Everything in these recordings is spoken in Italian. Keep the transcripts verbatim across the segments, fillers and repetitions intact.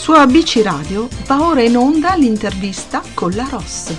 Su A B C Radio va ora in onda l'intervista con la Ross.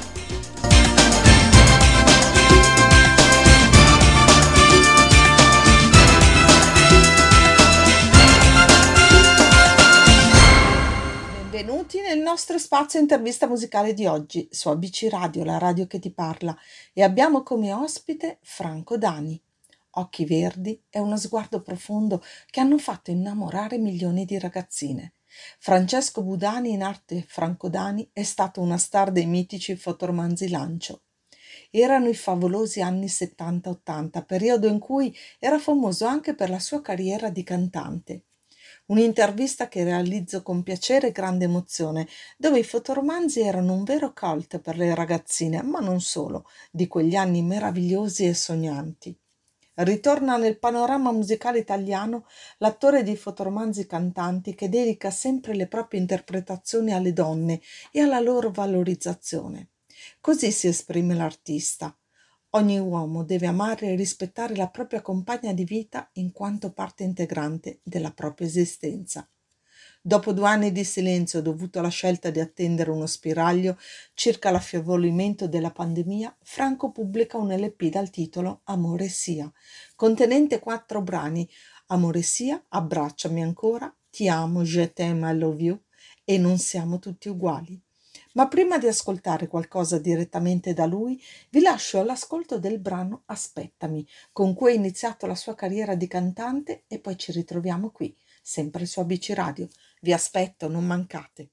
Benvenuti nel nostro spazio intervista musicale di oggi su A B C Radio, la radio che ti parla, e abbiamo come ospite Franco Dani. Occhi verdi e uno sguardo profondo che hanno fatto innamorare milioni di ragazzine. Francesco Budani, in arte Franco Dani, è stato una star dei mitici fotoromanzi Lancio. Erano i favolosi anni settanta ottanta, periodo in cui era famoso anche per la sua carriera di cantante. Un'intervista che realizzo con piacere e grande emozione, dove i fotoromanzi erano un vero cult per le ragazzine, ma non solo, di quegli anni meravigliosi e sognanti. Ritorna nel panorama musicale italiano l'attore di fotoromanzi cantanti che dedica sempre le proprie interpretazioni alle donne e alla loro valorizzazione. Così si esprime l'artista. Ogni uomo deve amare e rispettare la propria compagna di vita in quanto parte integrante della propria esistenza. Dopo due anni di silenzio dovuto alla scelta di attendere uno spiraglio circa l'affievolimento della pandemia, Franco pubblica un L P dal titolo Amore sia, contenente quattro brani: Amore sia, Abbracciami ancora, Ti amo, Je t'aime, I love you e Non siamo tutti uguali. Ma prima di ascoltare qualcosa direttamente da lui, vi lascio all'ascolto del brano Aspettami, con cui ha iniziato la sua carriera di cantante, e poi ci ritroviamo qui, sempre su A B C Radio. Vi aspetto, non mancate.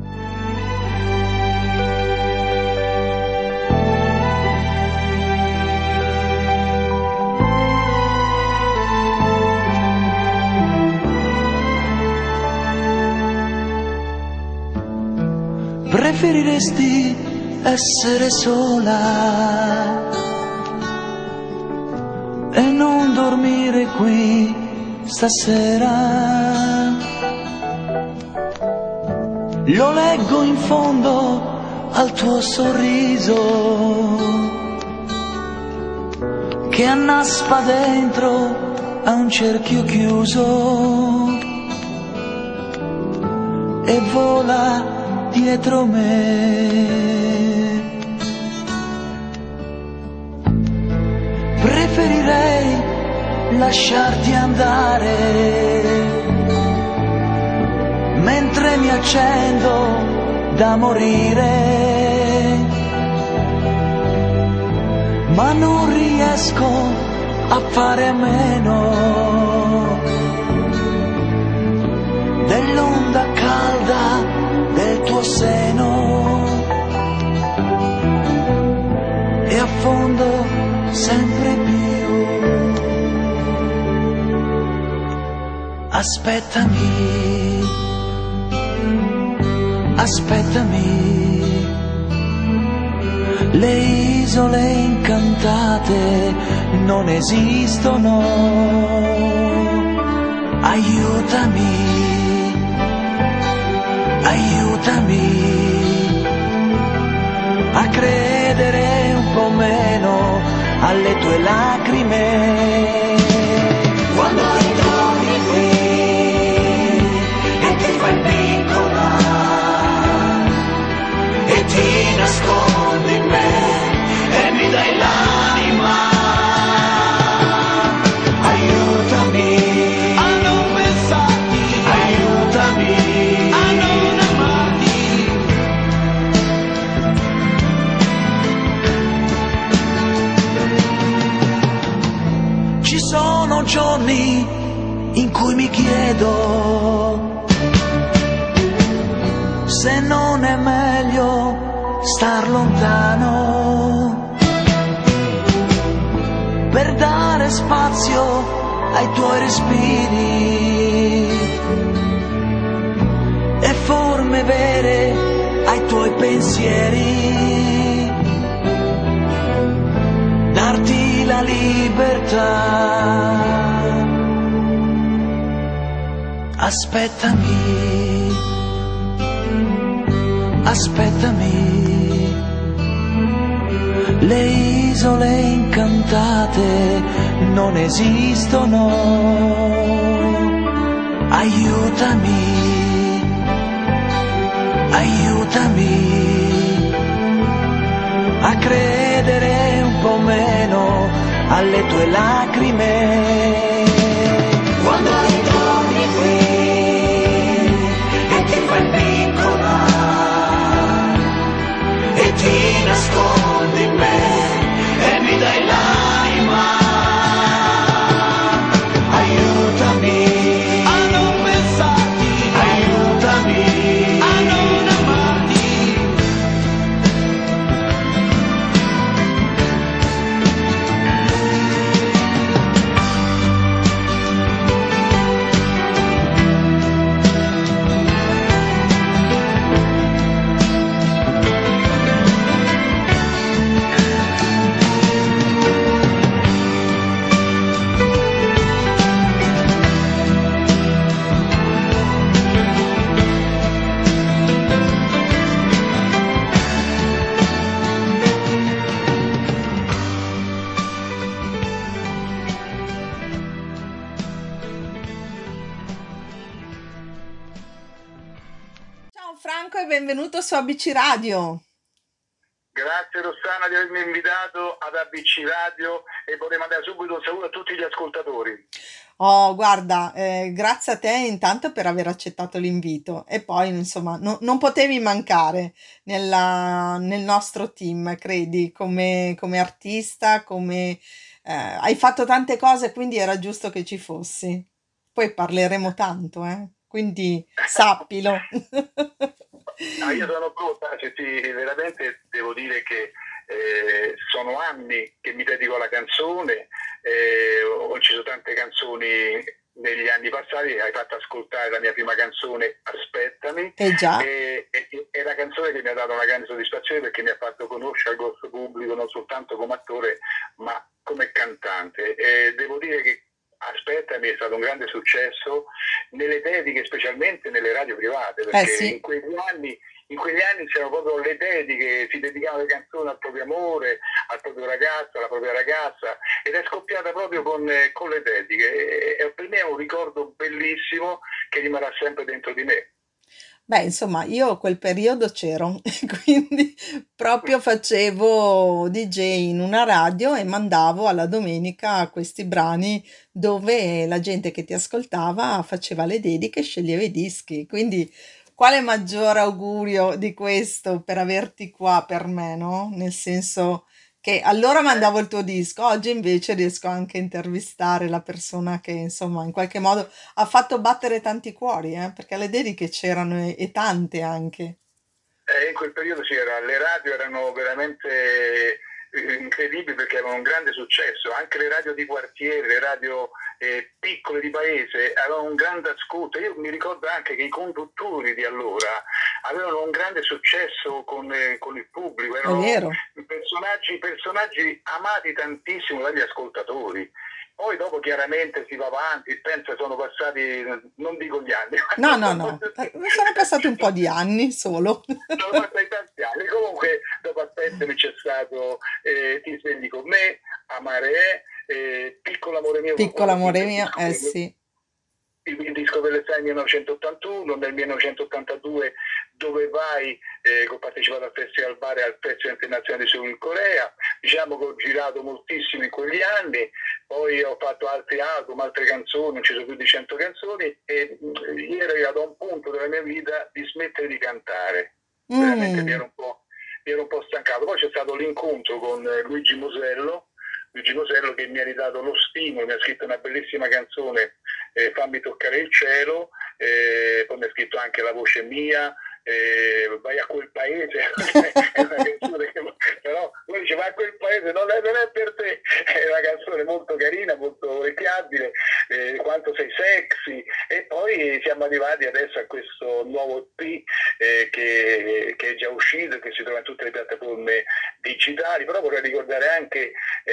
Preferiresti essere sola e non dormire qui stasera? Lo leggo in fondo al tuo sorriso che annaspa dentro a un cerchio chiuso e vola dietro me. Preferirei lasciarti andare mentre mi accendo da morire, ma non riesco a fare a meno dell'onda calda del tuo seno, e affondo sempre più. Aspettami, aspettami, le isole incantate non esistono. Aiutami, aiutami a credere un po' meno alle tue lacrime. Quando ti trovi qui e ti fai piccola e ti nascondi in me e mi dai l'anima, aiutami a non pensarti, aiutami a non amarti. Ci sono giorni in cui mi chiedo se non è meglio star lontano per dare spazio ai tuoi respiri e forme vere ai tuoi pensieri, darti la libertà. Aspettami, aspettami, le isole incantate non esistono. Aiutami aiutami a credere un po' meno alle tue lacrime. Quando ritorni qui e ti fai piccola e ti nascondi in me e mi dai l'anima, aiutami a non pensarti, aiutami a non amarti. Ciao Franco e benvenuto su A B C Radio. Grazie Rossana di avermi invitato ad A B C Radio e vorrei mandare subito un saluto a tutti gli ascoltatori. Oh, guarda, eh, grazie a te intanto per aver accettato l'invito e poi, insomma, no- non potevi mancare nella- nel nostro team, credi, come, come artista, come eh, hai fatto tante cose, quindi era giusto che ci fossi. Poi parleremo tanto, eh? Quindi sappilo. Ah, io sono pronta, cioè, sì, veramente devo dire che eh, sono anni che mi dedico alla canzone, eh, ho inciso tante canzoni negli anni passati, hai fatto ascoltare la mia prima canzone Aspettami, Eh già, e, e- è la canzone che mi ha dato una grande soddisfazione perché mi ha fatto conoscere al grosso pubblico non soltanto come attore ma come cantante, e devo dire che Aspettami è stato un grande successo nelle dediche, specialmente nelle radio private, eh perché sì. in quegli anni, in quegli anni c'erano proprio le dediche, si dedicavano le canzoni al proprio amore, al proprio ragazzo, alla propria ragazza, ed è scoppiata proprio con, eh, con le dediche. E, e per me è un ricordo bellissimo che rimarrà sempre dentro di me. Beh, insomma, io quel periodo c'ero, quindi proprio facevo D J in una radio e mandavo alla domenica questi brani dove la gente che ti ascoltava faceva le dediche e sceglieva i dischi. Quindi, quale maggior augurio di questo per averti qua per me, no? Nel senso che allora Eh, mandavo il tuo disco, oggi invece riesco anche a intervistare la persona che, insomma, in qualche modo ha fatto battere tanti cuori, eh, perché le dediche c'erano e, e tante anche. Eh, in quel periodo c'era, le radio erano veramente eh, incredibili perché avevano un grande successo, anche le radio di quartiere, le radio eh, piccole di paese avevano un grande ascolto. Io mi ricordo anche che i conduttori di allora avevano un grande successo con, eh, con il pubblico, È erano vero. personaggi, personaggi amati tantissimo dagli ascoltatori. Poi dopo chiaramente si va avanti, penso sono passati, non dico gli anni, No, no, no, eh, sono passati un po' di anni solo. sono passati tanti anni. Comunque dopo Aspettami c'è stato eh, Ti svegli con me, Amare è, eh, Piccolo amore mio, con Piccolo quando ho amore vinto il mio, disco eh per sì. il, il disco per l'estate nel millenovecentottantuno, nel millenovecentottantadue Dove vai, eh, ho partecipato al Festival Bar e al Festival Internazionale di Seoul in Corea, diciamo che ho girato moltissimo in quegli anni, poi ho fatto altri album, altre canzoni, ho inciso più di cento canzoni e mh, io ero arrivato a un punto della mia vita di smettere di cantare, veramente mi Mm, ero un po', mi ero un po' stancato. Poi c'è stato l'incontro con eh, Luigi Mosello, Luigi Mosello che mi ha ridato lo stimolo, mi ha scritto una bellissima canzone, eh, Fammi toccare il cielo, eh, poi mi ha scritto anche La voce mia, eh, vai a quel paese, è una canzone che, però lui dice vai a quel paese, non è, non è per te, è una canzone molto carina, molto orecchiabile, eh, quanto sei sexy, e poi siamo arrivati adesso a questo nuovo E P eh, che, che è già uscito e che si trova in tutte le piattaforme digitali, però vorrei ricordare anche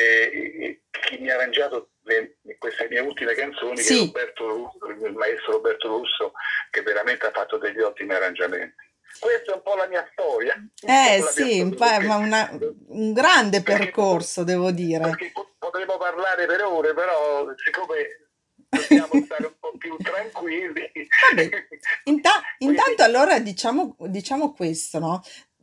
eh, chi mi ha arrangiato le, queste mie ultime canzoni, che è sì, Roberto Russo, il maestro Roberto Russo, che veramente ha fatto degli ottimi arrangiamenti. Questa è un po' la mia storia, un eh po' la mia sì, storia, un pa- perché, ma una- un grande perché, percorso, devo dire. perché potremmo parlare per ore, però siccome dobbiamo stare un po' più tranquilli. Vabbè, inta- Quindi intanto allora diciamo, diciamo questo, no?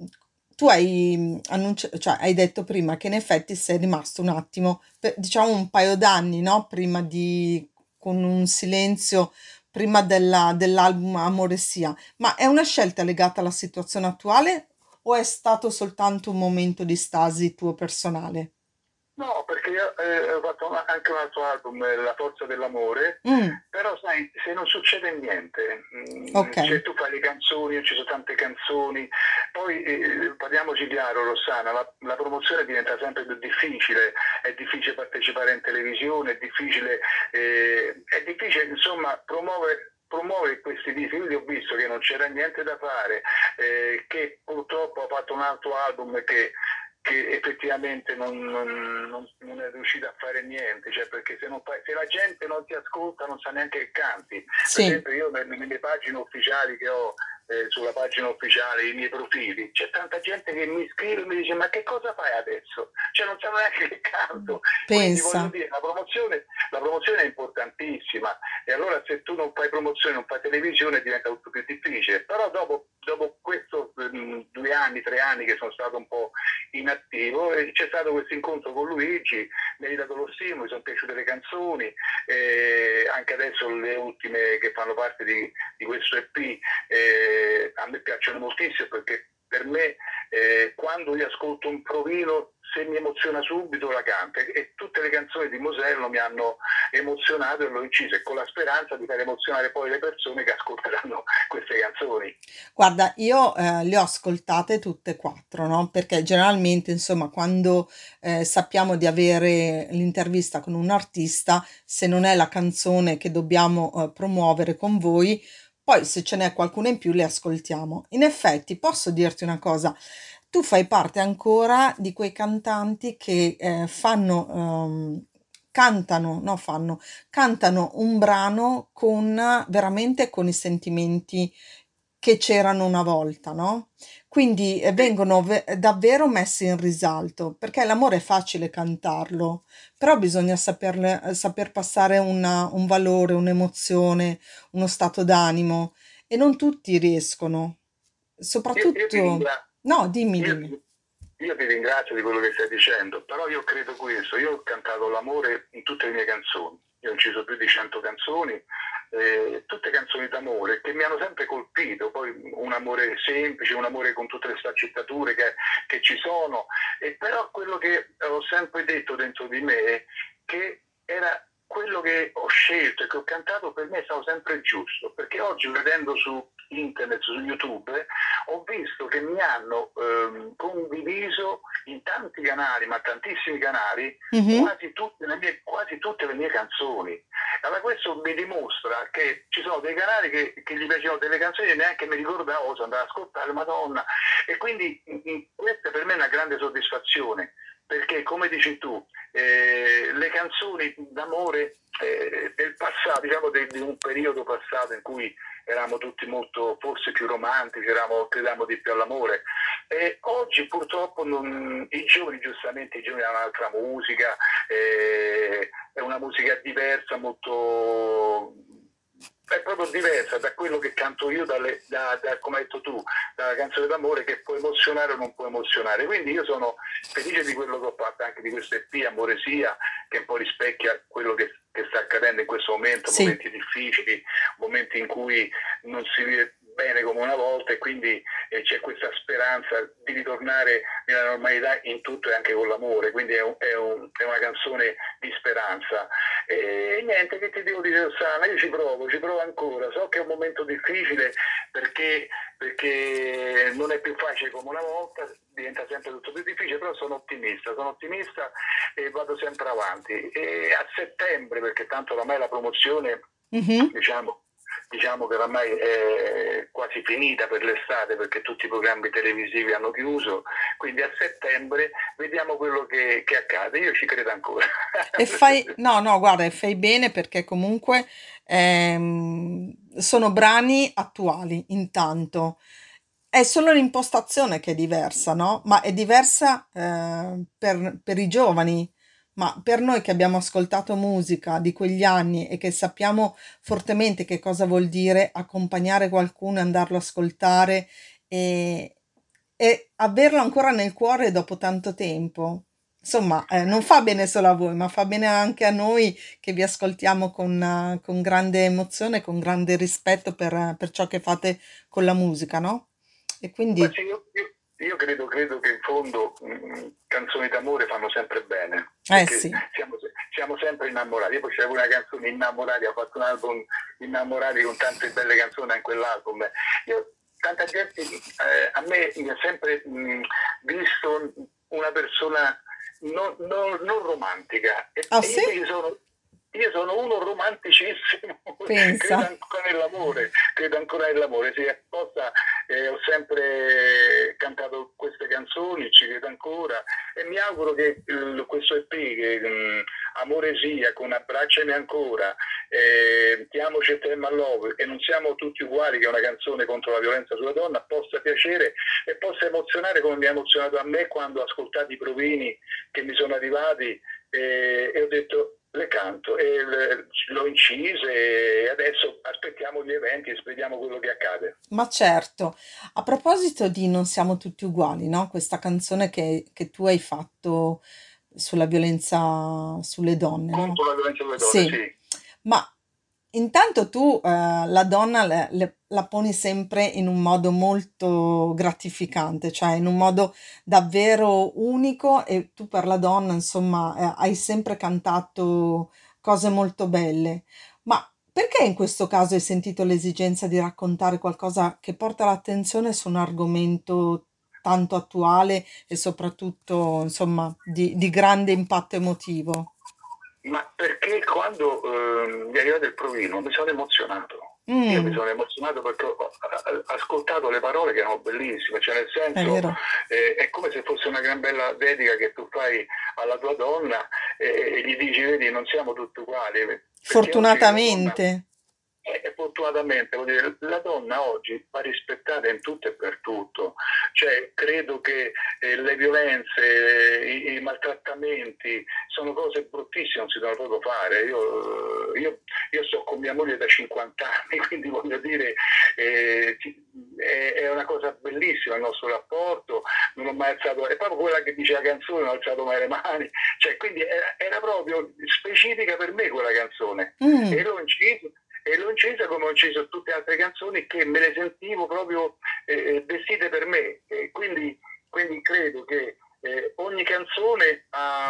Tu hai, mh, annunci- cioè, hai detto prima che in effetti sei rimasto un attimo, per- diciamo un paio d'anni, no? Prima di, con un silenzio, prima della- dell'album Amore Sia, ma è una scelta legata alla situazione attuale o è stato soltanto un momento di stasi tuo personale? no, perché io eh, ho fatto una- anche un altro album, eh, La forza dell'amore, Mm, però sai, se non succede niente, ok, mm, cioè tu fai le canzoni, io ci sono tante canzoni, poi eh, parliamoci chiaro, Rossana, la, la promozione diventa sempre più difficile, è difficile partecipare in televisione, è difficile, eh, è difficile insomma promuovere promuovere questi dischi, quindi ho visto che non c'era niente da fare, eh, che purtroppo ho fatto un altro album che che effettivamente non, non, non, non è riuscita a fare niente, cioè perché se, non fai, se la gente non ti ascolta non sa neanche che canti. Per sì, esempio io nelle, nelle pagine ufficiali che ho, eh, sulla pagina ufficiale, i miei profili, c'è tanta gente che mi scrive e mi dice ma che cosa fai adesso? Cioè non sanno neanche che canto. Quindi voglio pensa. dire, la promozione, la promozione è importantissima e allora se tu non fai promozione, non fai televisione diventa tutto più difficile. Però dopo, dopo questo mh, due anni, tre anni che sono stato un po' inattivo e c'è stato questo incontro con Luigi, mi hai dato lo stimolo, mi sono piaciute le canzoni, eh, anche adesso le ultime che fanno parte di, di questo E P eh, a me piacciono moltissimo perché per me eh, quando io ascolto un provino se mi emoziona subito la canto e, e tutte le canzoni di Mosello mi hanno emozionato e l'ho inciso e con la speranza di far emozionare poi le persone che ascolteranno queste canzoni. Guarda, io eh, le ho ascoltate tutte e quattro, no? Perché generalmente, insomma, quando eh, sappiamo di avere l'intervista con un artista, se non è la canzone che dobbiamo eh, promuovere con voi, poi se ce n'è qualcuna in più le ascoltiamo. In effetti, posso dirti una cosa, tu fai parte ancora di quei cantanti che eh, fanno, ehm, cantano, no, fanno, cantano un brano con veramente con i sentimenti che c'erano una volta, no? Quindi eh, Sì. vengono ve- davvero messi in risalto, perché l'amore è facile cantarlo, però bisogna saperle- eh, saper passare una- un valore, un'emozione, uno stato d'animo e non tutti riescono. Io, io ti Soprattutto, ringrazio. no, dimmi, Io dimmi. ti, io ti ringrazio di quello che stai dicendo, però io credo questo, io ho cantato l'amore in tutte le mie canzoni, io ho inciso più di cento canzoni, eh, tutte canzoni d'amore che mi hanno sempre colpito, poi un amore semplice, un amore con tutte le sfaccettature che, che ci sono, e però quello che ho sempre detto dentro di me è che era quello che ho scelto e che ho cantato per me è stato sempre giusto, perché oggi vedendo su internet, su YouTube, ho visto che mi hanno ehm, condiviso in tanti canali, ma tantissimi canali, Mhm. quasi tutte le mie, quasi tutte le mie canzoni. Allora questo mi dimostra che ci sono dei canali che, che gli piacciono delle canzoni e neanche mi ricordavo, sono andato ad ascoltare, Madonna. E quindi mh, questa per me è una grande soddisfazione, perché come dici tu, eh, le canzoni d'amore eh, del passato, diciamo di, di un periodo passato in cui eravamo tutti molto, forse più romantici, eravamo, credevamo di più all'amore. E oggi purtroppo non, i giovani, giustamente, i giovani hanno un'altra musica, eh, è una musica diversa, molto... è proprio diversa da quello che canto io, dalle, da, da, come hai detto tu, dalla canzone d'amore che può emozionare o non può emozionare. Quindi io sono felice di quello che ho fatto, anche di questo E P, Amore Sia, che un po' rispecchia quello che, che sta accadendo in questo momento, Sì. momenti difficili, momenti in cui non si vive bene come una volta e quindi eh, c'è questa speranza di ritornare nella normalità in tutto e anche con l'amore, quindi è, un, è, un, è una canzone di speranza. E niente, che ti devo dire, Rossana, io ci provo, ci provo ancora, so che è un momento difficile perché, perché non è più facile come una volta, diventa sempre tutto più difficile, però sono ottimista, sono ottimista e vado sempre avanti. E a settembre, perché tanto oramai la promozione, Mhm. diciamo, diciamo che oramai è quasi finita per l'estate perché tutti i programmi televisivi hanno chiuso, quindi a settembre vediamo quello che, che accade, io ci credo ancora. E fai, no, no, guarda, e fai bene perché comunque ehm, sono brani attuali, intanto. È solo l'impostazione che è diversa, no? Ma è diversa eh, per, per i giovani, Ma per noi che abbiamo ascoltato musica di quegli anni e che sappiamo fortemente che cosa vuol dire accompagnare qualcuno e andarlo a ascoltare e, e averlo ancora nel cuore dopo tanto tempo, insomma, eh, non fa bene solo a voi, ma fa bene anche a noi che vi ascoltiamo con, eh, con grande emozione, con grande rispetto per, per ciò che fate con la musica, no? E Ma quindi, sì, io, io- io credo, credo che in fondo mh, canzoni d'amore fanno sempre bene, eh perché sì, siamo, siamo sempre innamorati. Io poi c'è una canzone Innamorati, ha fatto un album Innamorati con tante belle canzoni in quell'album. Io, tanta gente, eh, a me mi ha sempre mh, visto una persona non, non- non romantica e, ah e io sì? invece sono, io sono uno romanticissimo, credo Pensa. ancora nell'amore, credo ancora nell'amore, sì, apposta eh, ho sempre cantato queste canzoni, ci credo ancora e mi auguro che eh, questo E P, che, mh, Amore sia, con Abbracciami ancora, eh, Ti amo, c'è te, ma love e Non siamo tutti uguali, che è una canzone contro la violenza sulla donna, possa piacere e possa emozionare come mi ha emozionato a me quando ho ascoltato i provini che mi sono arrivati eh, e ho detto le canto e le- l'ho incise e adesso aspettiamo gli eventi e speriamo quello che accade. Ma certo, a proposito di Non siamo tutti uguali, no? Questa canzone che, che tu hai fatto sulla violenza sulle donne, no? Contro la violenza sulle donne, Sì, sì. ma intanto tu eh, la donna le- le- la poni sempre in un modo molto gratificante, cioè in un modo davvero unico e tu per la donna, insomma, eh, hai sempre cantato cose molto belle. Ma perché in questo caso hai sentito l'esigenza di raccontare qualcosa che porta l'attenzione su un argomento tanto attuale e soprattutto, insomma, di, di grande impatto emotivo? Ma perché quando eh, mi è arrivato il provino mi sono emozionato. Io mi Mm, sono emozionato perché ho ho ascoltato le parole che erano bellissime, cioè nel è senso vero. eh, è come se fosse una gran bella dedica che tu fai alla tua donna eh, e gli dici, vedi, non siamo tutti uguali, perché oggi la donna Fortunatamente. e fortunatamente, vuol dire, la donna oggi va rispettata in tutto e per tutto, cioè credo che eh, le violenze, eh, i, i maltrattamenti sono cose bruttissime, non si devono proprio fare. Io, io, io sto con mia moglie da cinquanta anni, quindi voglio dire, eh, è, è una cosa bellissima il nostro rapporto, non ho mai alzato, è proprio quella che dice la canzone, non ho alzato mai le mani, cioè, quindi era, era proprio specifica per me quella canzone e Mm, l'ho inciso e l'ho incisa come ho inciso tutte le altre canzoni che me le sentivo proprio eh, vestite per me. E quindi, quindi credo che eh, ogni canzone ha,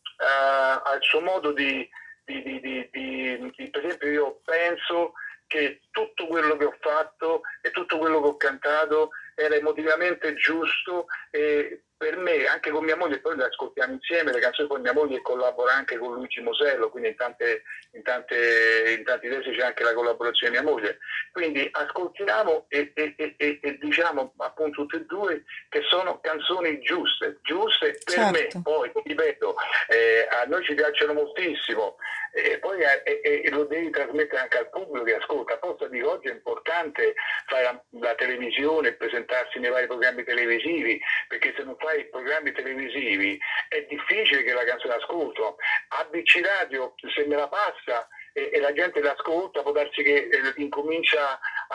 ha- ha il suo modo di, di, di, di, di- di- per esempio io penso che tutto quello che ho fatto e tutto quello che ho cantato era emotivamente giusto e per me, anche con mia moglie, poi le ascoltiamo insieme, le canzoni con mia moglie collabora anche con Luigi Mosello, quindi in, tante, in, tante, in tanti testi c'è anche la collaborazione di mia moglie. Quindi ascoltiamo e, e, e, e, e diciamo appunto tutte e due che sono canzoni giuste, giuste per me. certo. Poi, ripeto, eh, a noi ci piacciono moltissimo e poi eh, e, e lo devi trasmettere anche al pubblico che ascolta. Apposta dico, oggi è importante fare la, la televisione, presentarsi nei vari programmi televisivi, perché se non fai programmi televisivi è difficile che la canzone ascolto. A B C Radio se me la passa e, e la gente l'ascolta, può darsi che eh, incomincia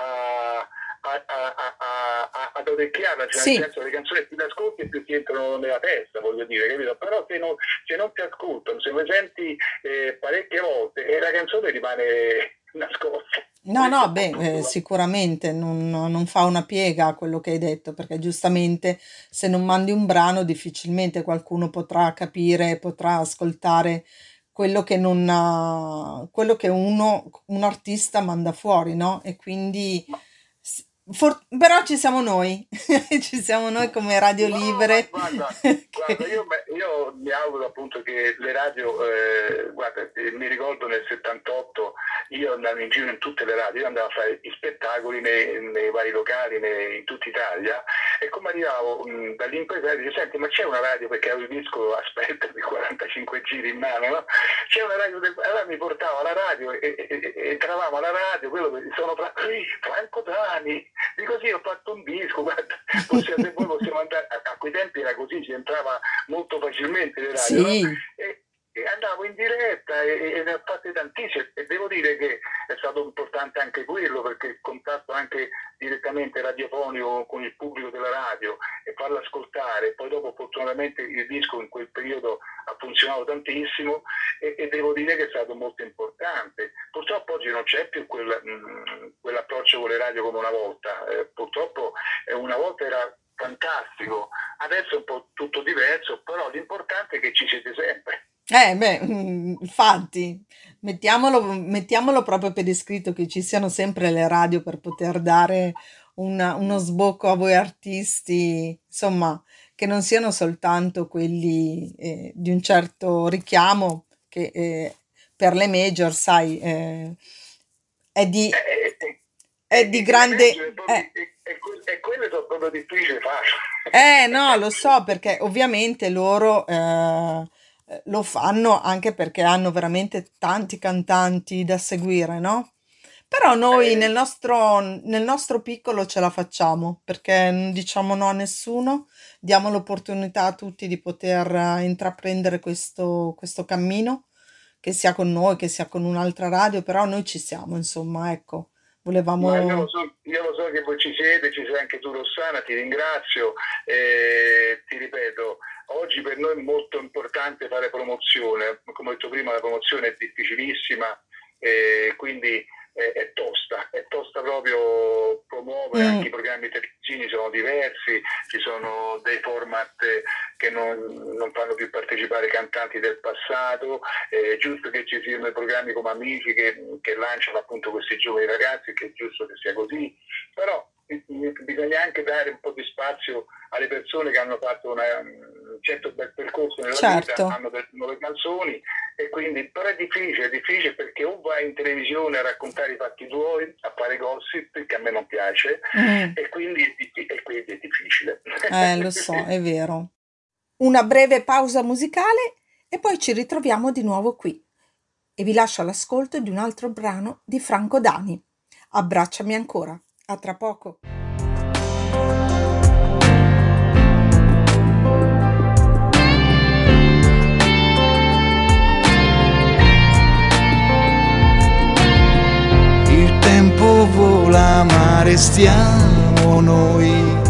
a, a, a, a, a, ad orecchiarla, cioè nel Sì, senso le canzoni più le ascolti e più ti entrano nella testa, voglio dire, capito? Però se non, se non ti ascoltano, se le senti eh, parecchie volte e la canzone rimane nascosta. no, Questo no, è un po' beh, eh, tutto. sicuramente non, non fa una piega a quello che hai detto, perché giustamente se non mandi un brano difficilmente qualcuno potrà capire, potrà ascoltare quello che non ha, quello che uno, un artista manda fuori, no? E quindi, s- for- però ci siamo noi, ci siamo noi come Radio No, ma Libere, guarda, che- guarda, io, io mi auguro appunto che le radio, eh, guarda, eh, mi ricordo nel settantotto io andavo in giro in tutte le radio, io andavo a fare gli spettacoli nei, nei vari locali nei- in tutta Italia e come arrivavo mh, dall'impresario dice, senti, ma c'è una radio perché avevo il disco, aspetta, di quarantacinque giri in mano, no? C'è una radio, del... allora mi portavo alla radio e, e, e, e entravamo alla radio, quello che sono fra... Franco Dani, di così ho fatto un disco, guarda, possiamo, se voi possiamo andare, a, a quei tempi era così, si entrava molto facilmente le radio, no? sì, E, e andavo in diretta e, e ne ho fatte tantissime e devo dire che è stato importante anche quello, perché il contatto anche direttamente radiofonico con il pubblico della radio e farlo ascoltare. Poi dopo fortunatamente il disco in quel periodo ha funzionato tantissimo e, e devo dire che è stato molto importante. Purtroppo oggi non c'è più quel, mh, quell'approccio con le radio come una volta, eh, purtroppo eh, una volta era fantastico, adesso è un po' tutto diverso, però l'importante è che ci siete sempre. Eh, beh, mm, infatti, mettiamolo, mettiamolo proprio per iscritto che ci siano sempre le radio per poter dare una- uno sbocco a voi artisti, insomma, che non siano soltanto quelli eh, di un certo richiamo, che eh, per le major, sai, eh, è di, E, e, è e, di e grande... è proprio, eh, e, e, que- e quelle sono proprio difficili Eh farlo. no, lo so perché ovviamente loro eh, eh, lo fanno anche perché hanno veramente tanti cantanti da seguire, no? Però noi nel Eh, nostro, nel nostro piccolo ce la facciamo perché non diciamo no a nessuno, diamo l'opportunità a tutti di poter eh, intraprendere questo, questo cammino, che sia con noi, che sia con un'altra radio, però noi ci siamo, insomma, ecco, Ma io lo volevamo... so, io lo so che voi ci siete, ci sei anche tu Rossana, ti ringrazio e ti ripeto, oggi per noi è molto importante fare promozione, come ho detto prima la promozione è difficilissima e quindi è, è tosta, è tosta proprio promuovere, anche Mm, i programmi televisivi sono diversi, ci sono dei format che non, non fanno più partecipare cantanti del passato, è giusto che ci siano i programmi come Amici che, che lanciano appunto questi giovani ragazzi, che è giusto che sia così, però eh, bisogna anche dare un po' di spazio alle persone che hanno fatto una, un certo bel percorso nella vita, certo. hanno delle nuove canzoni e quindi però è difficile, è difficile perché o vai in televisione a raccontare i fatti tuoi, a fare gossip, che a me non piace, Mm. e quindi è, diffi- e quindi è difficile. Eh, lo so, è vero. Una breve pausa musicale e poi ci ritroviamo di nuovo qui. E vi lascio all'ascolto di un altro brano di Franco Dani. Abbracciami ancora. A tra poco. Il tempo vola ma restiamo noi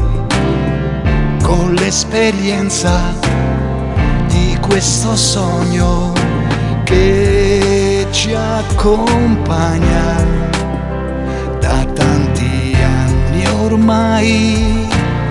con l'esperienza di questo sogno che ci accompagna da tanti anni ormai.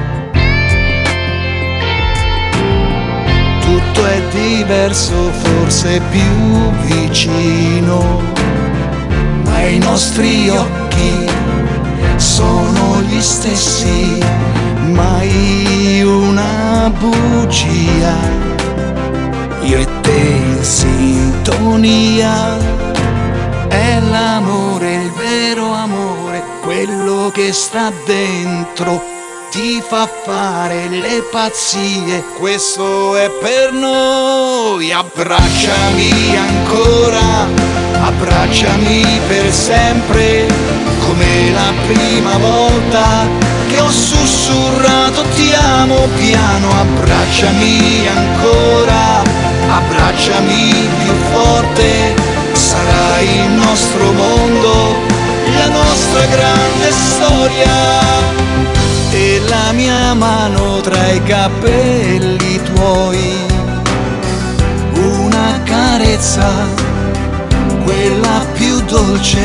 Tutto è diverso, forse più vicino, ma i nostri occhi sono gli stessi, mai una bugia, io e te in sintonia. È l'amore, il vero amore, quello che sta dentro, ti fa fare le pazzie, questo è per noi. Abbracciami ancora, abbracciami per sempre, come la prima volta che ho sussurrato ti amo piano. Abbracciami ancora, abbracciami più forte, sarai il nostro mondo, la nostra grande storia. E la mia mano tra i capelli tuoi, una carezza, quella più dolce,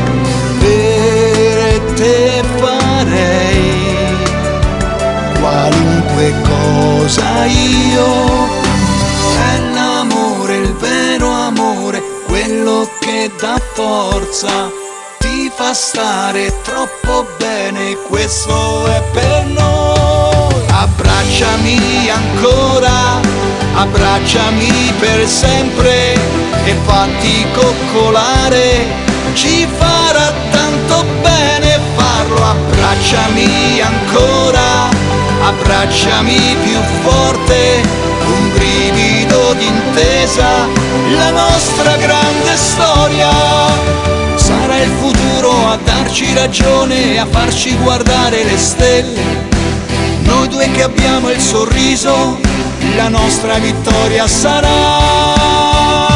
per te farei qualunque cosa io. È l'amore, il vero amore, quello che dà forza, ti fa stare troppo bene, questo è per noi. Abbracciami ancora, abbracciami per sempre e fatti coccolare, ci farà tanto bene farlo. Abbracciami ancora, abbracciami più forte, un brivido d'intesa, la nostra grande storia. Sarà il futuro a darci ragione e a farci guardare le stelle, noi due che abbiamo il sorriso, la nostra vittoria sarà.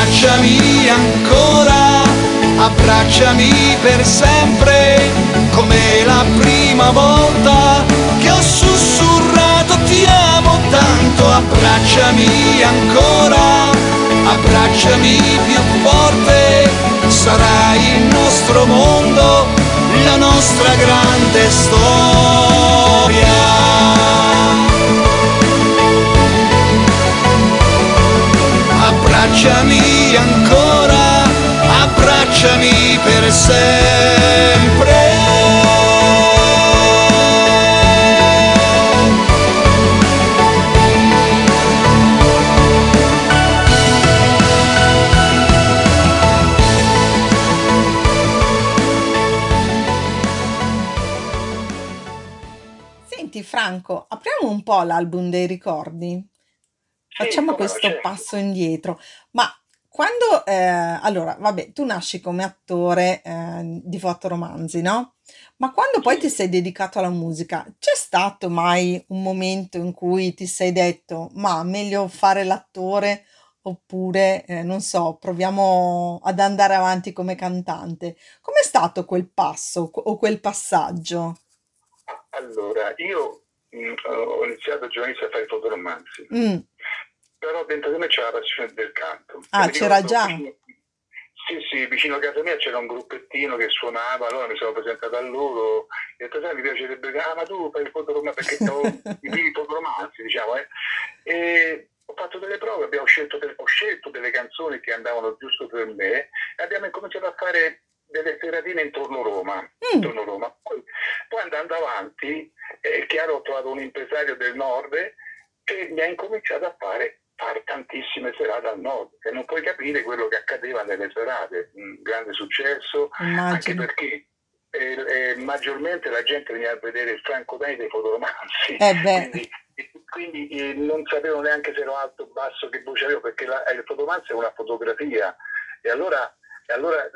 abbracciami ancora, abbracciami per sempre, come la prima volta che ho sussurrato ti amo tanto. Abbracciami ancora, abbracciami più forte, sarai il nostro mondo, la nostra grande storia. Abbracciami ancora, abbracciami per sempre. Senti Franco, apriamo un po' l'album dei ricordi. Sì, Facciamo come no, questo certo. passo indietro. Ma quando, eh, allora, vabbè, tu nasci come attore eh, di fotoromanzi, no? Ma quando poi ti Sì. sei dedicato alla musica, c'è stato mai un momento in cui ti sei detto, ma meglio fare l'attore oppure, eh, non so, proviamo ad andare avanti come cantante? Com'è stato quel passo o quel passaggio? Allora, io mh, ho iniziato giovanissimo a fare fotoromanzi, Mm. però dentro di me c'era la passione del canto. E Ah, mi c'era ricordo già? vicino, sì, sì, vicino a casa mia c'era un gruppettino che suonava, allora mi sono presentato a loro, e ho detto, sai, mi piacerebbe, ah, ma tu fai il fotoromanzo, perché avevo i primi fotoromanzi, diciamo, eh. E ho fatto delle prove, abbiamo scelto, delle, ho scelto delle canzoni che andavano giusto per me, e abbiamo incominciato a fare delle seratine intorno Roma, Mm. intorno Roma. Poi, poi andando avanti, è chiaro, ho trovato un impresario del nord che mi ha incominciato a fare, fare tantissime serate al nord, e non puoi capire quello che accadeva nelle serate, un grande successo, anche Immagino. perché eh, eh, maggiormente la gente veniva a vedere il Franco Dai dei fotoromanzi, Eh beh, quindi, quindi eh, non sapevo neanche se ero alto o basso, che voce avevo, perché la, il fotoromanzo è una fotografia, e allora e allora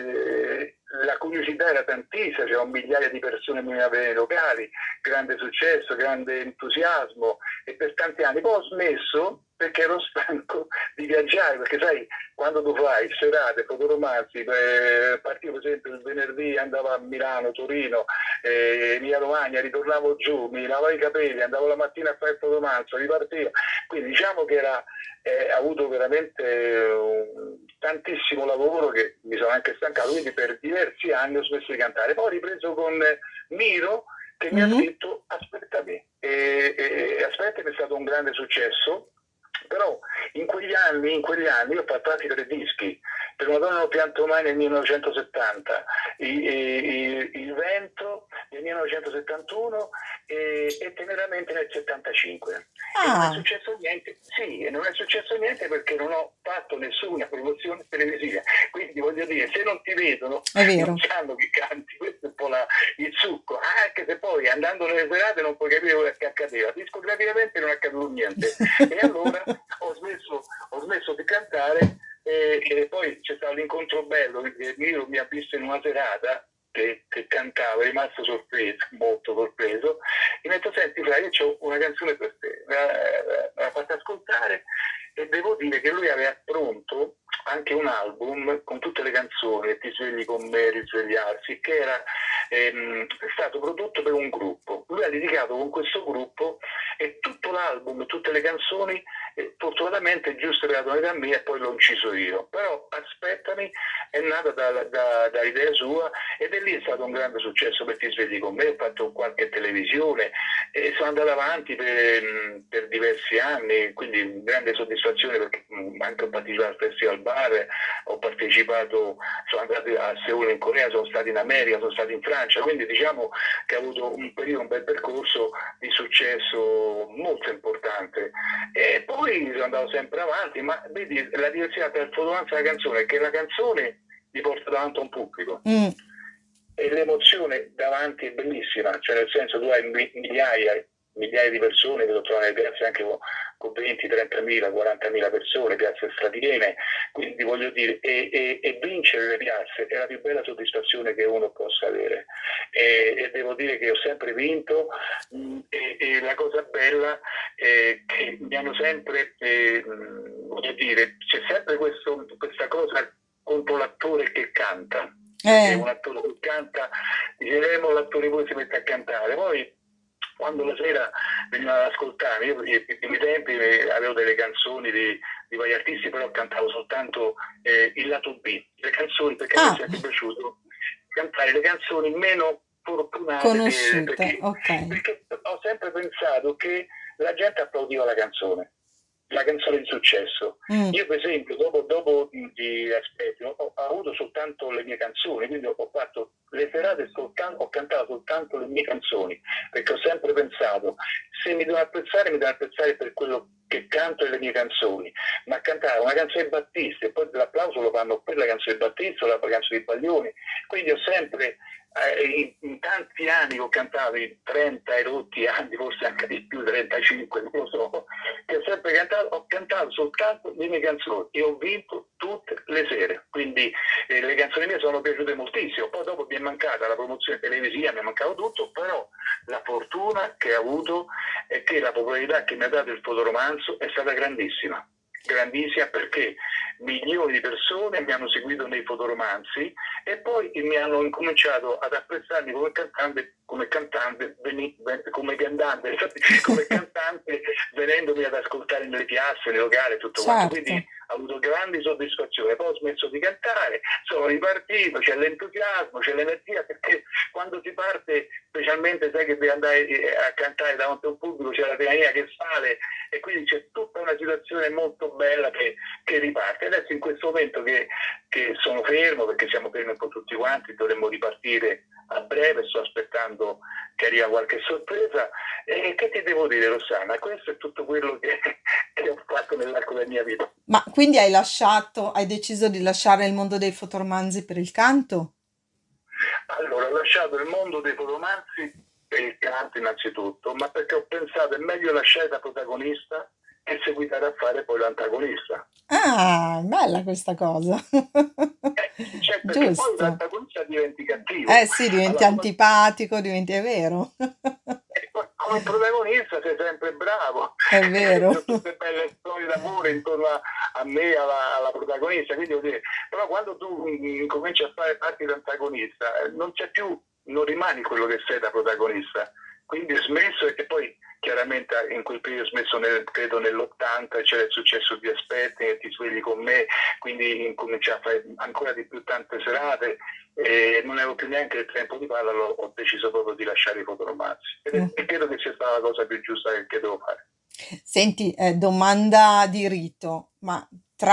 eh, la curiosità era tantissima, c'erano migliaia di persone nei locali, grande successo, grande entusiasmo, e per tanti anni. Poi ho smesso perché ero stanco di viaggiare, perché sai, quando tu fai serate, fotoromanzi, eh, partivo per esempio il venerdì, andavo a Milano, Torino, eh, Emilia Romagna, ritornavo giù, mi lavavo i capelli, andavo la mattina a fare il fotoromanzo, ripartivo. Quindi diciamo che era, eh, avuto veramente eh, tantissimo lavoro, che mi sono anche stancato, quindi per diversi anni ho smesso di cantare. Poi ho ripreso con Miro, che mi ha mm, detto aspettami, e, e aspettami è stato un grande successo. Però in quegli anni, in quegli anni io ho fatto anche tre dischi. Per una donna non pianto mai nel millenovecentosettanta, il, il, il vento nel millenovecentosettantuno e, e teneramente nel settantacinque. E non è ah, successo niente, sì, e non è successo niente perché non ho fatto nessuna promozione televisiva. Quindi voglio dire, se non ti vedono, è non vero. sanno che canti, questo è un po' la, il succo. Anche se poi andando nelle serate non puoi capire quello che accadeva. Discograficamente non è accaduto niente. E allora ho smesso, ho smesso di cantare, e, e poi c'è stato l'incontro bello, perché Miro mi ha visto in una serata che, che cantava, è rimasto sorpreso, molto sorpreso, e mi ha detto, senti Fra, io ho una canzone per te, me la, me la fatta ascoltare, e devo dire che lui aveva pronto anche un album con tutte le canzoni, Ti svegli con me, Risvegliarsi, che era ehm, stato prodotto per un gruppo. Lui ha litigato con questo gruppo e tutto l'album, tutte le canzoni, eh, fortunatamente giusto per la tonalità mia, e poi l'ho inciso io. Però Aspettami è nata da, da, da idea sua, ed è lì è stato un grande successo per Ti svegli con me, ho fatto qualche televisione e sono andato avanti per, per diversi anni, quindi grande soddisfazione, perché anche ho partecipato al Festival Bar, ho partecipato, sono andato a Seul in Corea, sono stato in America, sono stato in Francia, quindi diciamo che ho avuto un periodo, un bel percorso di successo molto importante. E poi sono andato sempre avanti, ma vedi, la diversità tra il fotografico e la canzone è che la canzone ti porta davanti a un pubblico. Mm, E l'emozione davanti è bellissima, cioè nel senso tu hai migliaia, migliaia di persone che lo trovano nelle piazze anche con, con venti, trentamila, quarantamila persone, piazze strapiene, quindi voglio dire, e, e- e vincere le piazze è la più bella soddisfazione che uno possa avere. E, e devo dire che ho sempre vinto, mh, e, e la cosa bella è che mi hanno sempre, eh, mh, voglio dire, c'è sempre questo- questa cosa contro l'attore che canta, perché Eh, un attore che canta, diremo l'attore poi si mette a cantare, poi quando la sera venivano ad ascoltare, io i primi tempi eh, avevo delle canzoni di, di vari artisti, però cantavo soltanto eh, il lato B, le canzoni, perché a me è ah, sempre piaciuto cantare le canzoni meno fortunate, de- conosciute, perché, ok. perché ho sempre pensato che la gente applaudiva la canzone, la canzone di successo. Mm, Io per esempio, dopo, dopo di Aspetti, ho, ho avuto soltanto le mie canzoni, quindi ho fatto le serate soltanto, ho cantato soltanto le mie canzoni, perché ho sempre pensato, se mi devono apprezzare, mi devono apprezzare per quello che canto e le mie canzoni, ma cantare una canzone di Battisti e poi l'applauso lo fanno per la canzone di Battisti o la canzone di Baglioni, quindi ho sempre eh, in, in tanti anni che ho cantato, in trenta e rotti anni, forse anche di più, trentacinque, non lo so, che ho sempre cantato, ho cantato soltanto le mie canzoni e ho vinto tutte le sere, quindi eh, le canzoni mie sono piaciute moltissimo, poi dopo mi è mancata la promozione televisiva, mi è mancato tutto, però la fortuna che ho avuto è che la popolarità che mi ha dato il fotoromanzo è stata grandissima, grandissima perché milioni di persone mi hanno seguito nei fotoromanzi e poi mi hanno incominciato ad apprezzarmi come cantante, come cantante, veni- come cantante, come cantante venendomi ad ascoltare nelle piazze, nei locali e tutto quanto. Quindi certo. ho avuto grandi soddisfazioni. Poi ho smesso di cantare, sono ripartito, c'è l'entusiasmo, c'è l'energia, perché quando si parte, specialmente sai che devi andare a cantare davanti a un pubblico, c'è l'adrenalina che sale e quindi c'è tutta una situazione molto bella che, che riparte. Adesso in questo momento che, che sono fermo, perché siamo fermi un po' tutti quanti, dovremmo ripartire a breve, sto aspettando che arriva qualche sorpresa. E che ti devo dire, Rossana? Questo è tutto quello che, che ho fatto nell'arco della mia vita. Ma quindi hai lasciato, hai deciso di lasciare il mondo dei fotoromanzi per il canto? Allora, ho lasciato il mondo dei romanzi per il canto innanzitutto, ma perché ho pensato è meglio lasciare da protagonista che seguitare a fare poi l'antagonista. Ah, bella questa cosa. Eh, cioè, perché poi Giusto. l'antagonista diventi Eh cattivo. sì, diventi Allora, come, antipatico, diventi, è vero. eh, come protagonista sei sempre bravo. È Ci vero. sono tutte belle storie d'amore intorno a, a me, alla, alla protagonista. Quindi, vuol dire, però quando tu mm, cominci a fare parte d'antagonista, eh, non c'è più, non rimani quello che sei da protagonista. Quindi ho smesso e poi chiaramente in quel periodo ho smesso nel, credo nell'ottanta, c'era il successo di Aspetti che ti svegli con me, quindi incominciai a fare ancora di più tante serate e non avevo più neanche il tempo di farlo, ho deciso proprio di lasciare i fotoromanzi e, e credo che sia stata la cosa più giusta che, che devo fare. Senti, eh, domanda di rito, ma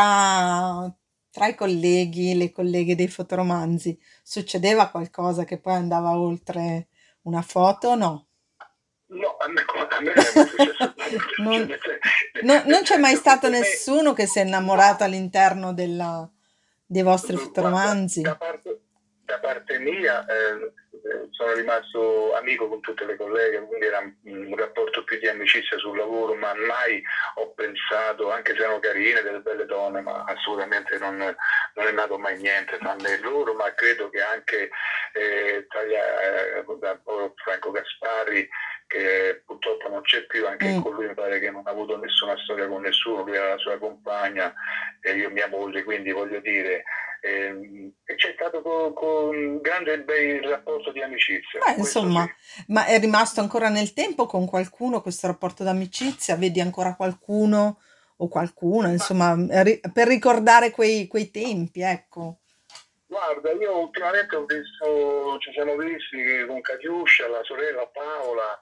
tra, tra i colleghi, le colleghe dei fotoromanzi, succedeva qualcosa che poi andava oltre una foto o no? No, a me, a me non è mai successo nulla, cioè, Non, nel, sen- no- non nel c'è mai senso che stato per me, nessuno che si è innamorato no, all'interno della- dei vostri guarda, da fotoromanzi? parte, da parte mia eh, eh, sono rimasto amico con tutte le colleghe, quindi era un rapporto più di amicizia sul lavoro, ma mai ho pensato, anche se erano carine, delle belle donne, ma assolutamente non, non è nato mai niente tra me e loro, ma credo che anche eh, tra gli, eh, da- Franco Gasparri, che purtroppo non c'è più, anche Mm. con lui mi pare che non ha avuto nessuna storia con nessuno, lui era la sua compagna e io mia moglie, quindi voglio dire, ehm, e c'è stato con, con grande e bel rapporto di amicizia, Beh, questo sì. insomma, ma è rimasto ancora nel tempo con qualcuno questo rapporto d'amicizia? Vedi ancora qualcuno o qualcuna, Ma insomma, ri- per ricordare quei, quei tempi, ecco. guarda, io ultimamente ho visto, ci siamo visti con Catiuscia, la sorella Paola,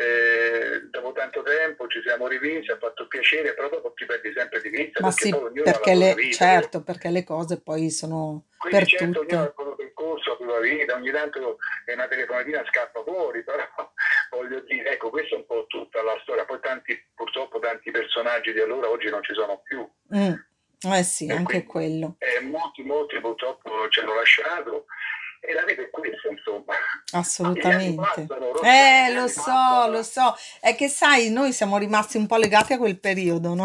eh, dopo tanto tempo ci siamo rivisti, ha fatto piacere, però dopo ti perdi sempre di vista Ma perché sì, poi ognuno ha la perché propria le, vita, vero? certo, perché le cose poi sono Quindi per certo ognuno ha tutte. il proprio percorso, la propria vita, ogni tanto è una telefonatina scappa fuori, però voglio dire, ecco, questa è un po' tutta la storia. Poi tanti, purtroppo tanti personaggi di allora oggi non ci sono più Mm, eh sì, e anche quindi quello, eh, molti, molti purtroppo ci hanno lasciato e la vita è questa, insomma. Ma gli anni assolutamente. passano, Rossana, Eh, gli lo anni so, passano. lo so. È che sai, noi siamo rimasti un po' legati a quel periodo, no?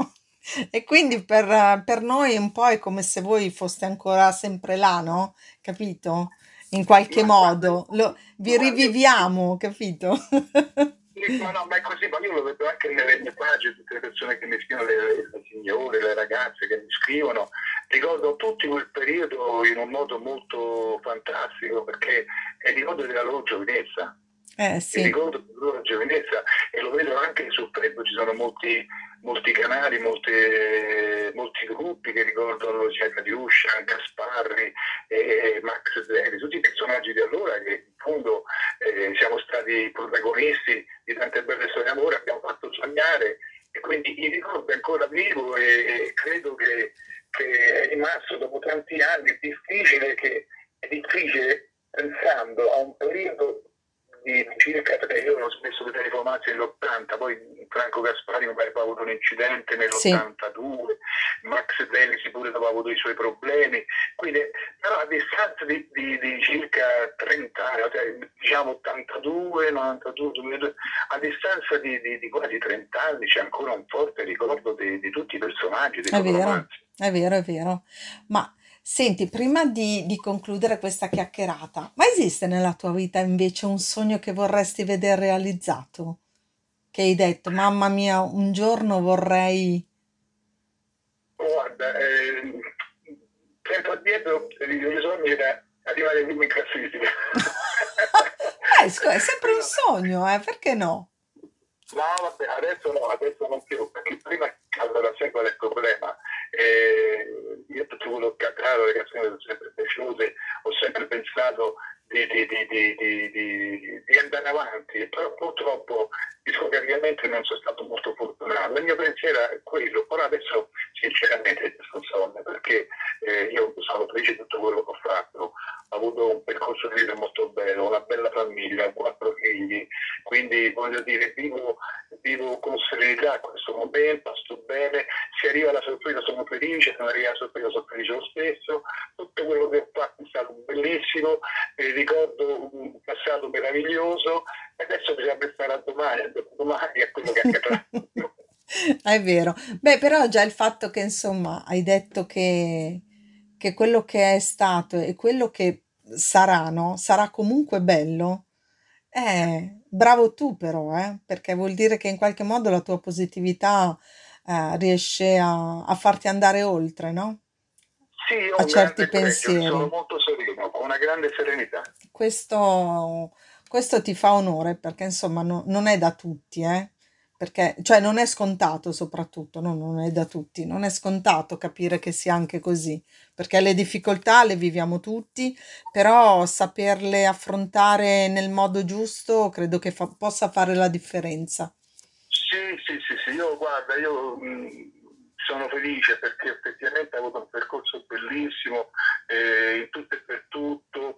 E quindi per, per noi un po' è come se voi foste ancora sempre là, no? Capito? In qualche Ma guarda, modo, lo, vi guarda, io riviviamo, capito? sì, no, no, ma è così, ma io lo vedo anche nelle mie pagine, tutte le persone che mi scrivono, le, le signore, le ragazze che mi scrivono, ricordo tutti quel periodo in un modo molto fantastico, perché è il ricordo della loro giovinezza, Eh il sì, ricordo della loro giovinezza, e lo vedo anche su Facebook, ci sono molti, molti canali, molte- molti gruppi che ricordano sia Catiuscia, Gasparri, eh, Max Zeri, tutti i personaggi di allora che in fondo eh, siamo stati protagonisti di tante belle storie d'amore, abbiamo fatto sognare, e quindi il ricordo è ancora vivo, e, e credo che, che è rimasto dopo tanti anni. È difficile, che, è difficile pensando a un periodo di circa tre, io ho smesso di telefonarsi nell'ottanta, poi Franco Gaspari mi pare che ha avuto un incidente sì, nell'ottantadue, Max Delisi pure aveva avuto i suoi problemi, quindi però a distanza di, di, di circa trenta anni, cioè, diciamo ottantadue, novantadue, duemiladue, a distanza di, di, di quasi trenta anni c'è ancora un forte ricordo di, di tutti i personaggi, dei è loro vero, romanzi. è vero, è vero. Ma senti, prima di, di concludere questa chiacchierata, ma esiste nella tua vita invece un sogno che vorresti vedere realizzato? Che hai detto, mamma mia, un giorno vorrei... Guarda, eh, tempo addietro il mio sogno era arrivare prima in classifica. Eh, scusa, è sempre un Quello- sogno, eh, perché no? No, vabbè, adesso no, adesso non più, perché prima, allora, sai qual è il problema? Eh, io tutto quello che accade, le canzoni mi sono sempre piaciute, ho sempre pensato di, di, di, di, di, di- di andare avanti, però purtroppo discograficamente non sono stato molto fortunato. Il mio pensiero è quello, però adesso sinceramente sono sonno, perché eh, io sono felice di tutto quello che ho fatto, ho avuto un percorso di vita molto bello, una bella famiglia, quattro figli, quindi voglio dire, vivo, vivo con serenità questo momento, sto bene, se arriva la sorpresa sono felice, se non arriva la sorpresa sono felice lo stesso, tutto quello che ho fatto è stato bellissimo, eh, ricordo un passato meraviglioso, e adesso bisogna pensare a domani, a dopodomani, a quello che accadrà. È vero. Beh, però già il fatto che, insomma, hai detto che, che quello che è stato e quello che sarà, no? Sarà comunque bello. Eh, bravo tu però, eh? Perché vuol dire che in qualche modo la tua positività, eh, riesce a, a farti andare oltre, no? Sì, ho A un certi grande pregio, sono pensieri. molto sereno, con una grande serenità. Questo, questo ti fa onore perché insomma no- non è da tutti, eh? Perché, cioè non è scontato soprattutto, no, non è da tutti, non è scontato capire che sia anche così, perché le difficoltà le viviamo tutti, però saperle affrontare nel modo giusto credo che fa- possa fare la differenza. Sì, sì, sì, sì, io guarda, io mh, sono felice perché effettivamente ho avuto un percorso bellissimo, eh, in tutto e per tutto,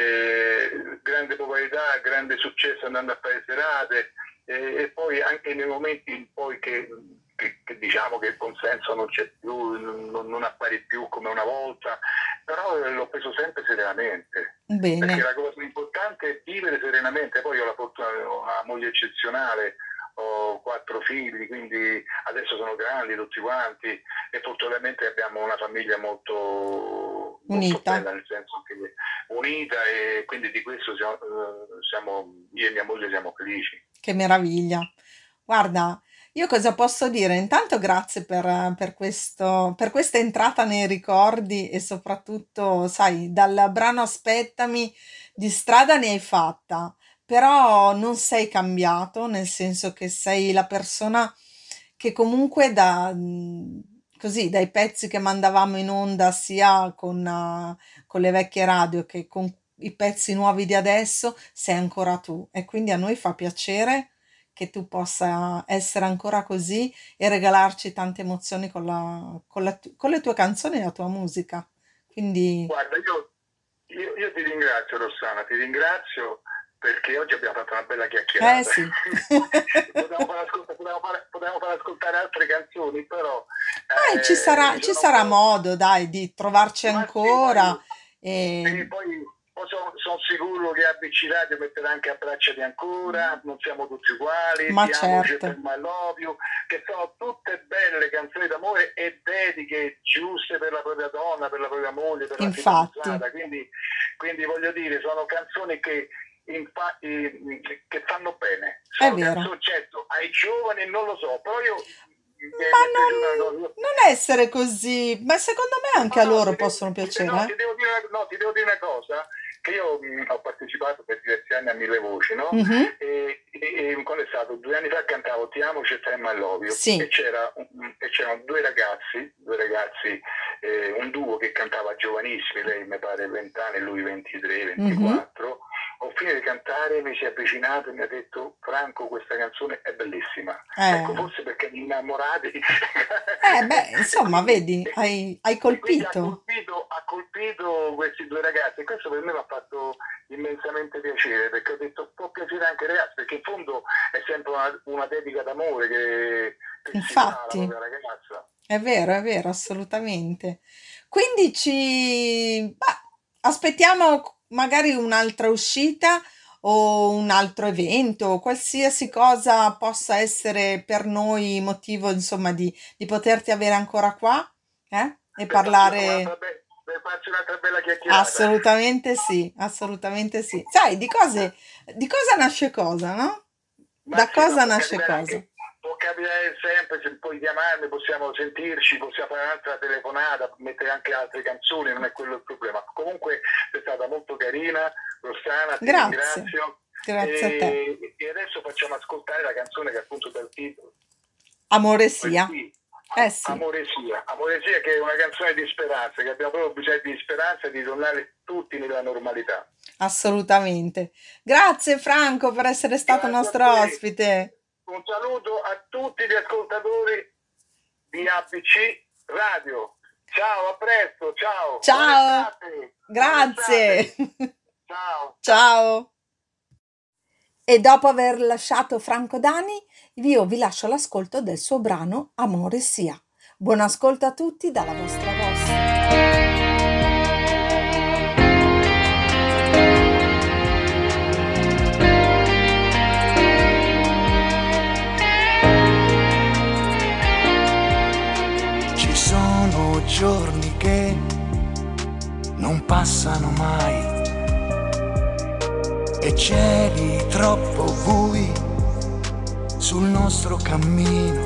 eh, grande popolarità, grande successo andando a fare serate, eh, e poi anche nei momenti in poi che, che- che diciamo che il consenso non c'è più, non, non appare più come una volta, però eh, l'ho preso sempre serenamente. Perché Bene, la cosa importante è vivere serenamente. Poi io ho la fortuna di avere una moglie eccezionale, ho quattro figli, quindi adesso sono grandi tutti quanti, e fortunatamente abbiamo una famiglia molto, molto unita, bella, nel senso che unita, e quindi di questo siamo, eh, siamo- io e mia moglie siamo felici. che meraviglia. Guarda, io cosa posso dire? Intanto grazie per, per questo, per questa entrata nei ricordi e soprattutto, sai, dal brano Aspettami di strada ne hai fatta, però non sei cambiato, nel senso che sei la persona che comunque da, mh, così, dai pezzi che mandavamo in onda sia con, eh, con le vecchie radio che con i pezzi nuovi di adesso, sei ancora tu e quindi a noi fa piacere che tu possa essere ancora così e regalarci tante emozioni con la, con la tu- con le tue canzoni e la tua musica. Quindi, Guarda, io, io, io ti ringrazio, Rossana, ti ringrazio perché oggi abbiamo fatto una bella eh chiacchierata. sì, potevamo, far ascoltare, potevamo, fare, potevamo far ascoltare altre canzoni, però eh, ci eh, sarà, mi ci sono un sarà po'... modo, dai, di trovarci Ma sì, ancora poi, e sì, poi poi sono, sono sicuro che A B C Radio metterà anche Abbracciati ancora, Non siamo tutti uguali, Ma Ti amo, certo. per My Love You, che sono tutte belle canzoni d'amore e dediche giuste per la propria donna, per la propria moglie, per Infatti. la fidanzata. Quindi, quindi voglio dire, sono canzoni che, infa- che fanno bene. È Sono vero. canzoni, certo, ai giovani non lo so, però io... Ma non, non essere così, ma secondo me anche a No, no, loro ti devo- possono ti- piacere, no, eh? ti devo dire una, no, ti devo dire una cosa, che io mh, ho partecipato per diversi anni a Mille Voci, no? Mhm. E, e, e quando è stato? Due anni fa cantavo Ti amo, c'è te e I love you. Sì. E, c'era, un- e c'erano due ragazzi, due ragazzi, eh, un duo che cantava giovanissimi, lei mi pare venti anni, lui ventitré, ventiquattro. Ho finito di cantare, mi si è avvicinato e mi ha detto: Franco, questa canzone è bellissima. Eh. Ecco, forse perché mi innamorati. Eh, beh, insomma, vedi, hai, hai E quindi ha colpito. colpito, ha colpito questi due ragazzi, e questo per me mi ha fatto immensamente piacere, perché ho detto può piacere anche ai ragazzi, perché in fondo è sempre una, una dedica d'amore che, che si fa alla Infatti. propria ragazza. È vero, è vero, assolutamente. Quindi ci... bah, aspettiamo magari un'altra uscita o un altro evento, qualsiasi cosa possa essere per noi motivo, insomma, di, di poterti avere ancora qua, eh? E Per farci un'altra, parlare. be- per farci un'altra bella chiacchierata. Assolutamente sì, assolutamente sì. Sai, di cose, di cosa nasce cosa, no? Ma Da sì, no, cosa può nasce capitare cosa? anche- può capitare sempre, se puoi chiamarmi, possiamo sentirci, possiamo fare un'altra telefonata, mettere anche altre canzoni, non è quello il problema. Comunque sei stata molto carina, Rossana, ti Grazie, ringrazio. grazie a te. E, e adesso facciamo ascoltare la canzone che appunto dal titolo. Amore sia. Sì. Eh sì. Amore sia. Amore sia, che è una canzone di speranza, che abbiamo proprio bisogno di speranza e di tornare tutti nella normalità. Assolutamente. Grazie Franco per essere stato Grazie a nostro te. ospite. Un saluto a tutti gli ascoltatori di A B C Radio. Ciao, a presto, ciao. Ciao. Buona estate. Grazie. Buona estate. Ciao. Ciao. E dopo aver lasciato Franco Dani, io vi lascio l'ascolto del suo brano Amore sia. Buon ascolto a tutti dalla vostra Rossi. Ci sono giorni che non passano mai e cieli troppo bui sul nostro cammino.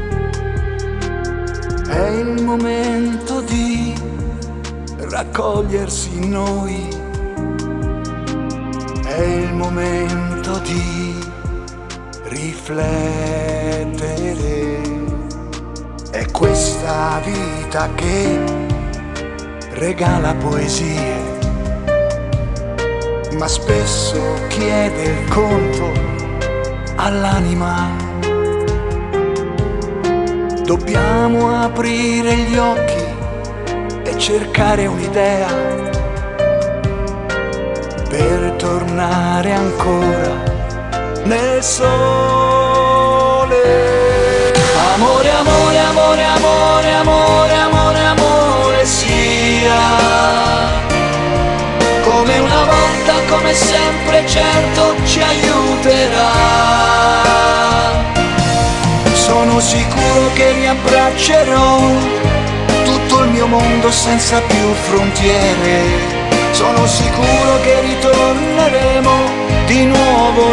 È il momento di raccogliersi in noi, è il momento di riflettere. È questa vita che regala poesie, ma spesso chiede il conto all'anima. Dobbiamo aprire gli occhi e cercare un'idea per tornare ancora nel sole. Amore, amore, amore, amore, amore, amore, amore sia, come una volta, come sempre, certo ci aiuterà. Sono sicuro che riabbraccerò tutto il mio mondo senza più frontiere. Sono sicuro che ritorneremo di nuovo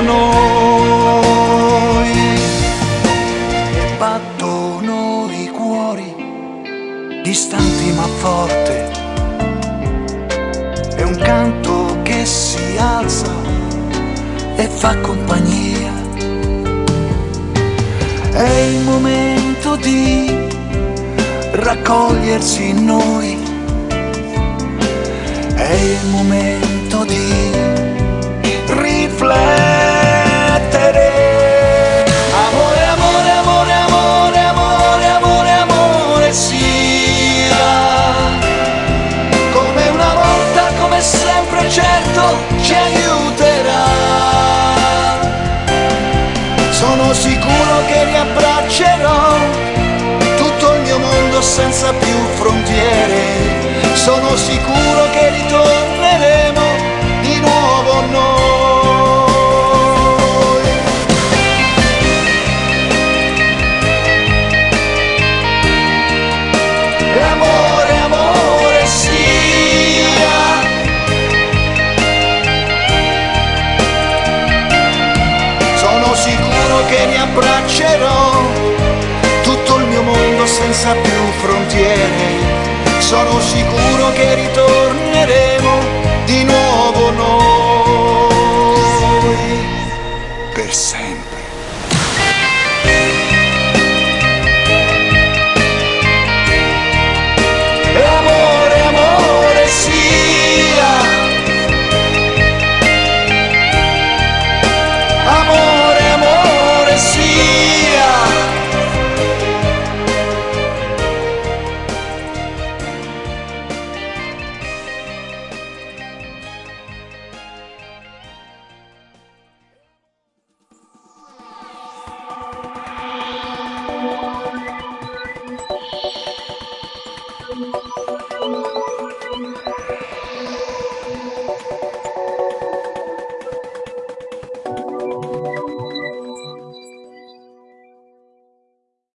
noi. E battono i cuori, distanti ma forte. È un canto che si alza e fa compagnia. È il momento di raccogliersi in noi, è il momento di riflettere. Amore, amore, amore, amore, amore, amore, amore sia, come una volta, come sempre, certo ci aiuterà. Sono sicuro che riabbraccerò tutto il mio mondo senza più frontiere. Sono sicuro che ritorneremo di nuovo riabbraccerò tutto il mio mondo senza più frontiere. Sono sicuro che